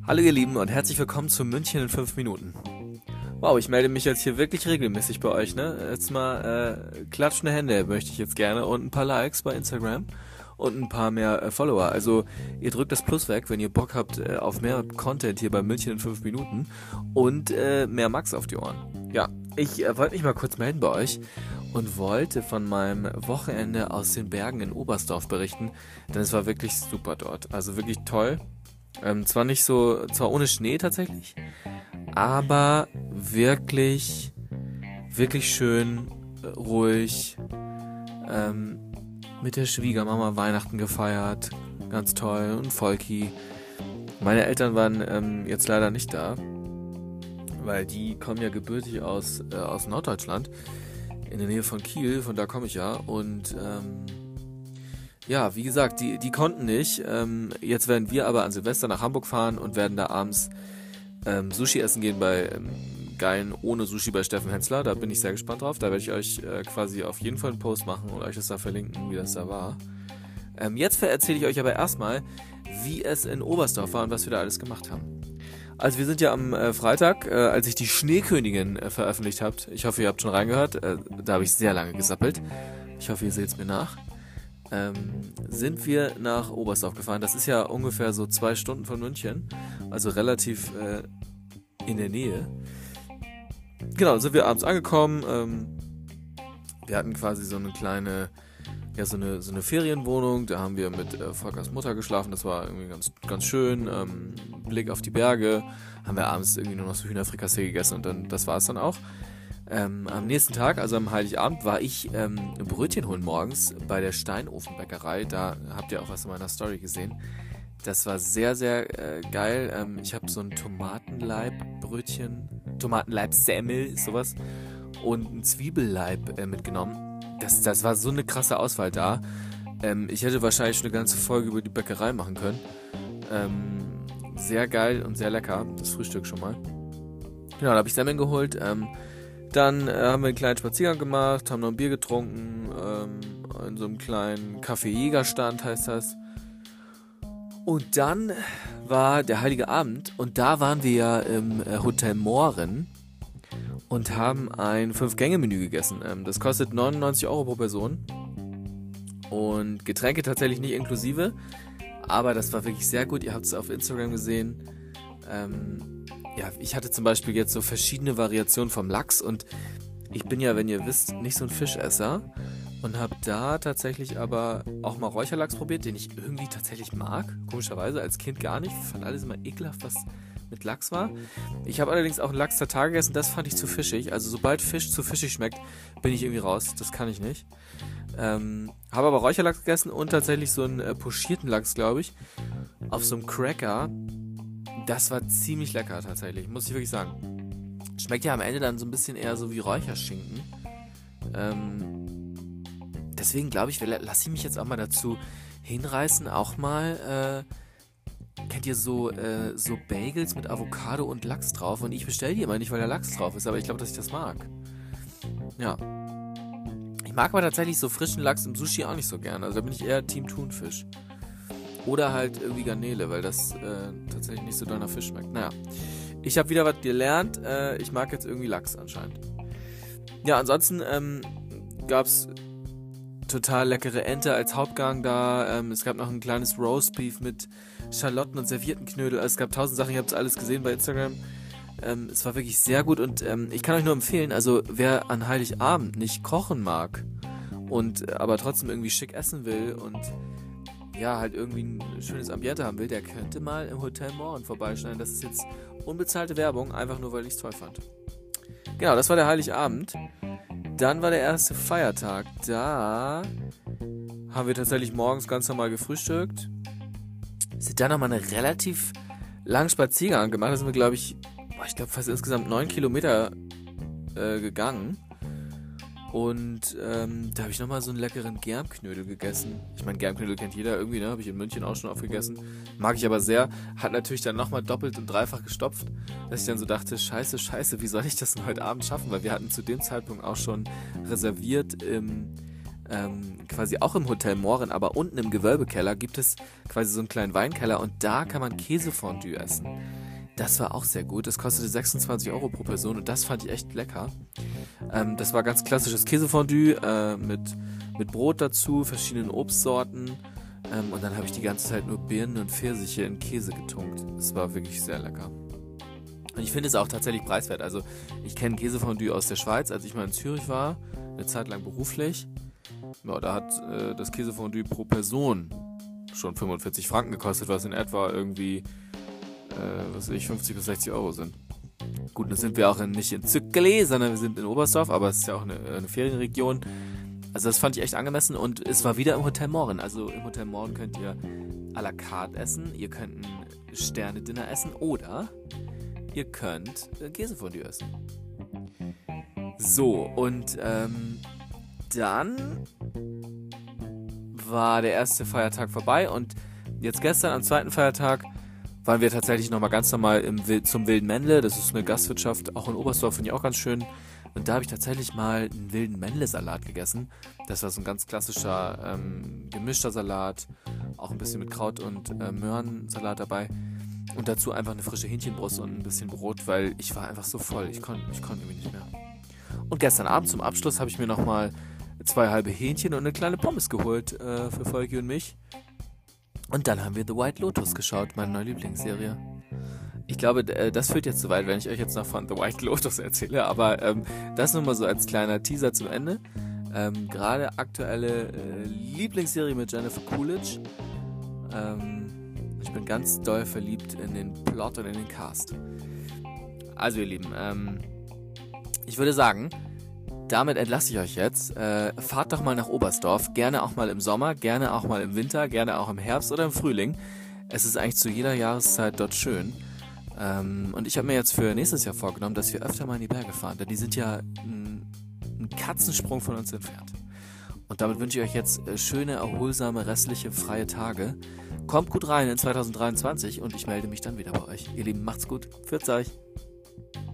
Hallo ihr Lieben und herzlich willkommen zu München in 5 Minuten. Wow, ich melde mich jetzt hier wirklich regelmäßig bei euch, ne? Jetzt mal klatschende Hände möchte ich jetzt gerne und ein paar Likes bei Instagram und ein paar mehr Follower. Also ihr drückt das Plus weg, wenn ihr Bock habt auf mehr Content hier bei München in 5 Minuten und mehr Max auf die Ohren. Ja, ich wollte mich mal kurz melden bei euch und wollte von meinem Wochenende aus den Bergen in Oberstdorf berichten, denn es war wirklich super dort. Also wirklich toll. Zwar ohne Schnee tatsächlich, aber wirklich, wirklich schön, ruhig, mit der Schwiegermama Weihnachten gefeiert, ganz toll und Volki. Meine Eltern waren jetzt leider nicht da, weil die kommen ja gebürtig aus Norddeutschland, in der Nähe von Kiel, von da komme ich ja und ja, wie gesagt, die konnten nicht. Jetzt werden wir aber an Silvester nach Hamburg fahren und werden da abends Sushi essen gehen bei geilen ohne Sushi bei Steffen Hensler. Da bin ich sehr gespannt drauf. Da werde ich euch quasi auf jeden Fall einen Post machen und euch das da verlinken, wie das da war. Jetzt erzähle ich euch aber erstmal, wie es in Oberstdorf war und was wir da alles gemacht haben. Also wir sind ja am Freitag, als ich die Schneekönigin veröffentlicht habt. Ich hoffe, ihr habt schon reingehört. Da habe ich sehr lange gesappelt. Ich hoffe, ihr seht es mir nach. Sind wir nach Oberstdorf gefahren. Das ist ja ungefähr so 2 Stunden von München, also relativ in der Nähe. Genau, sind wir abends angekommen. Wir hatten quasi so eine kleine, ja so eine Ferienwohnung. Da haben wir mit Volkers Mutter geschlafen. Das war irgendwie ganz, ganz schön. Blick auf die Berge. Haben wir abends irgendwie nur noch so Hühnerfrikassee gegessen und dann das war es dann auch. Am nächsten Tag, also am Heiligabend, war ich Brötchen holen morgens bei der Steinofenbäckerei. Da habt ihr auch was in meiner Story gesehen. Das war sehr, sehr geil. Ich habe so ein Tomatenleib-Brötchen, Tomatenleib-Semmel, sowas, und ein Zwiebelleib mitgenommen. Das war so eine krasse Auswahl da. Ich hätte wahrscheinlich schon eine ganze Folge über die Bäckerei machen können. Sehr geil und sehr lecker, das Frühstück schon mal. Genau, da habe ich Semmeln geholt. Dann haben wir einen kleinen Spaziergang gemacht, haben noch ein Bier getrunken, in so einem kleinen Kaffee-Jägerstand heißt das. Und dann war der Heilige Abend und da waren wir ja im Hotel Mohren und haben ein 5-Gänge-Menü gegessen. Das kostet 99 € pro Person und Getränke tatsächlich nicht inklusive, aber das war wirklich sehr gut. Ihr habt es auf Instagram gesehen. Ja, ich hatte zum Beispiel jetzt so verschiedene Variationen vom Lachs und ich bin ja, wenn ihr wisst, nicht so ein Fischesser und habe da tatsächlich aber auch mal Räucherlachs probiert, den ich irgendwie tatsächlich mag, komischerweise, als Kind gar nicht. Ich fand alles immer ekelhaft, was mit Lachs war. Ich habe allerdings auch einen Lachs Tatar gegessen, das fand ich zu fischig. Also sobald Fisch zu fischig schmeckt, bin ich irgendwie raus, das kann ich nicht. Habe aber Räucherlachs gegessen und tatsächlich so einen pochierten Lachs, glaube ich, auf so einem Cracker. Das war ziemlich lecker tatsächlich, muss ich wirklich sagen. Schmeckt ja am Ende dann so ein bisschen eher so wie Räucherschinken. Deswegen glaube ich, lasse ich mich jetzt auch mal dazu hinreißen, auch mal, kennt ihr so Bagels mit Avocado und Lachs drauf? Und ich bestelle die immer nicht, weil da Lachs drauf ist, aber ich glaube, dass ich das mag. Ja. Ich mag aber tatsächlich so frischen Lachs im Sushi auch nicht so gern. Also da bin ich eher Team Thunfisch. Oder halt irgendwie Garnele, weil das tatsächlich nicht so doll nach Fisch schmeckt. Naja, ich habe wieder was gelernt. Ich mag jetzt irgendwie Lachs anscheinend. Ja, ansonsten gab es total leckere Ente als Hauptgang da. Es gab noch ein kleines Roastbeef mit Schalotten und servierten Knödel. Also es gab 1000 Sachen, ihr habt es alles gesehen bei Instagram. Es war wirklich sehr gut und ich kann euch nur empfehlen, also wer an Heiligabend nicht kochen mag und aber trotzdem irgendwie schick essen will und ja, halt irgendwie ein schönes Ambiente haben will, der könnte mal im Hotel Mohren vorbeischneiden. Das ist jetzt unbezahlte Werbung, einfach nur, weil ich es toll fand. Genau, das war der Heiligabend. Dann war der erste Feiertag. Da haben wir tatsächlich morgens ganz normal gefrühstückt. Sind dann nochmal einen relativ langen Spaziergang gemacht. Da sind wir, glaube ich fast insgesamt 9 Kilometer gegangen. Und da habe ich nochmal so einen leckeren Germknödel gegessen. Ich meine, Germknödel kennt jeder irgendwie, ne? Habe ich in München auch schon aufgegessen. Mag ich aber sehr. Hat natürlich dann nochmal doppelt und dreifach gestopft. Dass ich dann so dachte, scheiße, wie soll ich das denn heute Abend schaffen? Weil wir hatten zu dem Zeitpunkt auch schon reserviert quasi auch im Hotel Mohren, aber unten im Gewölbekeller gibt es quasi so einen kleinen Weinkeller und da kann man Käsefondue essen. Das war auch sehr gut. Das kostete 26 Euro pro Person und das fand ich echt lecker. Das war ganz klassisches Käsefondue mit Brot dazu, verschiedenen Obstsorten. Und dann habe ich die ganze Zeit nur Birnen und Pfirsiche in Käse getunkt. Es war wirklich sehr lecker. Und ich finde es auch tatsächlich preiswert. Also ich kenne Käsefondue aus der Schweiz, als ich mal in Zürich war, eine Zeit lang beruflich. Ja, da hat das Käsefondue pro Person schon 45 Franken gekostet, was in etwa irgendwie 50 bis 60 Euro sind. Gut, dann sind wir auch nicht in Zückele, sondern wir sind in Oberstdorf, aber es ist ja auch eine Ferienregion. Also das fand ich echt angemessen und es war wieder im Hotel Mohren. Also im Hotel Mohren könnt ihr à la carte essen, ihr könnt ein Sterne-Dinner essen oder ihr könnt Käsefondue essen. So, und dann war der erste Feiertag vorbei und jetzt gestern am zweiten Feiertag waren wir tatsächlich nochmal ganz normal zum Wilden Männle. Das ist eine Gastwirtschaft, auch in Oberstdorf, finde ich auch ganz schön. Und da habe ich tatsächlich mal einen wilden Männle-Salat gegessen. Das war so ein ganz klassischer gemischter Salat, auch ein bisschen mit Kraut- und Möhrensalat dabei. Und dazu einfach eine frische Hähnchenbrust und ein bisschen Brot, weil ich war einfach so voll. Ich konnte irgendwie nicht mehr. Und gestern Abend zum Abschluss habe ich mir nochmal 2 halbe Hähnchen und eine kleine Pommes geholt für Volki und mich. Und dann haben wir The White Lotus geschaut, meine neue Lieblingsserie. Ich glaube, das führt jetzt zu weit, wenn ich euch jetzt noch von The White Lotus erzähle, aber das nur mal so als kleiner Teaser zum Ende. Gerade aktuelle Lieblingsserie mit Jennifer Coolidge. Ich bin ganz doll verliebt in den Plot und in den Cast. Also ihr Lieben, ich würde sagen, damit entlasse ich euch jetzt. Fahrt doch mal nach Oberstdorf, gerne auch mal im Sommer, gerne auch mal im Winter, gerne auch im Herbst oder im Frühling. Es ist eigentlich zu jeder Jahreszeit dort schön. Und ich habe mir jetzt für nächstes Jahr vorgenommen, dass wir öfter mal in die Berge fahren, denn die sind ja ein Katzensprung von uns entfernt. Und damit wünsche ich euch jetzt schöne, erholsame, restliche, freie Tage. Kommt gut rein in 2023 und ich melde mich dann wieder bei euch. Ihr Lieben, macht's gut. Pfiat euch.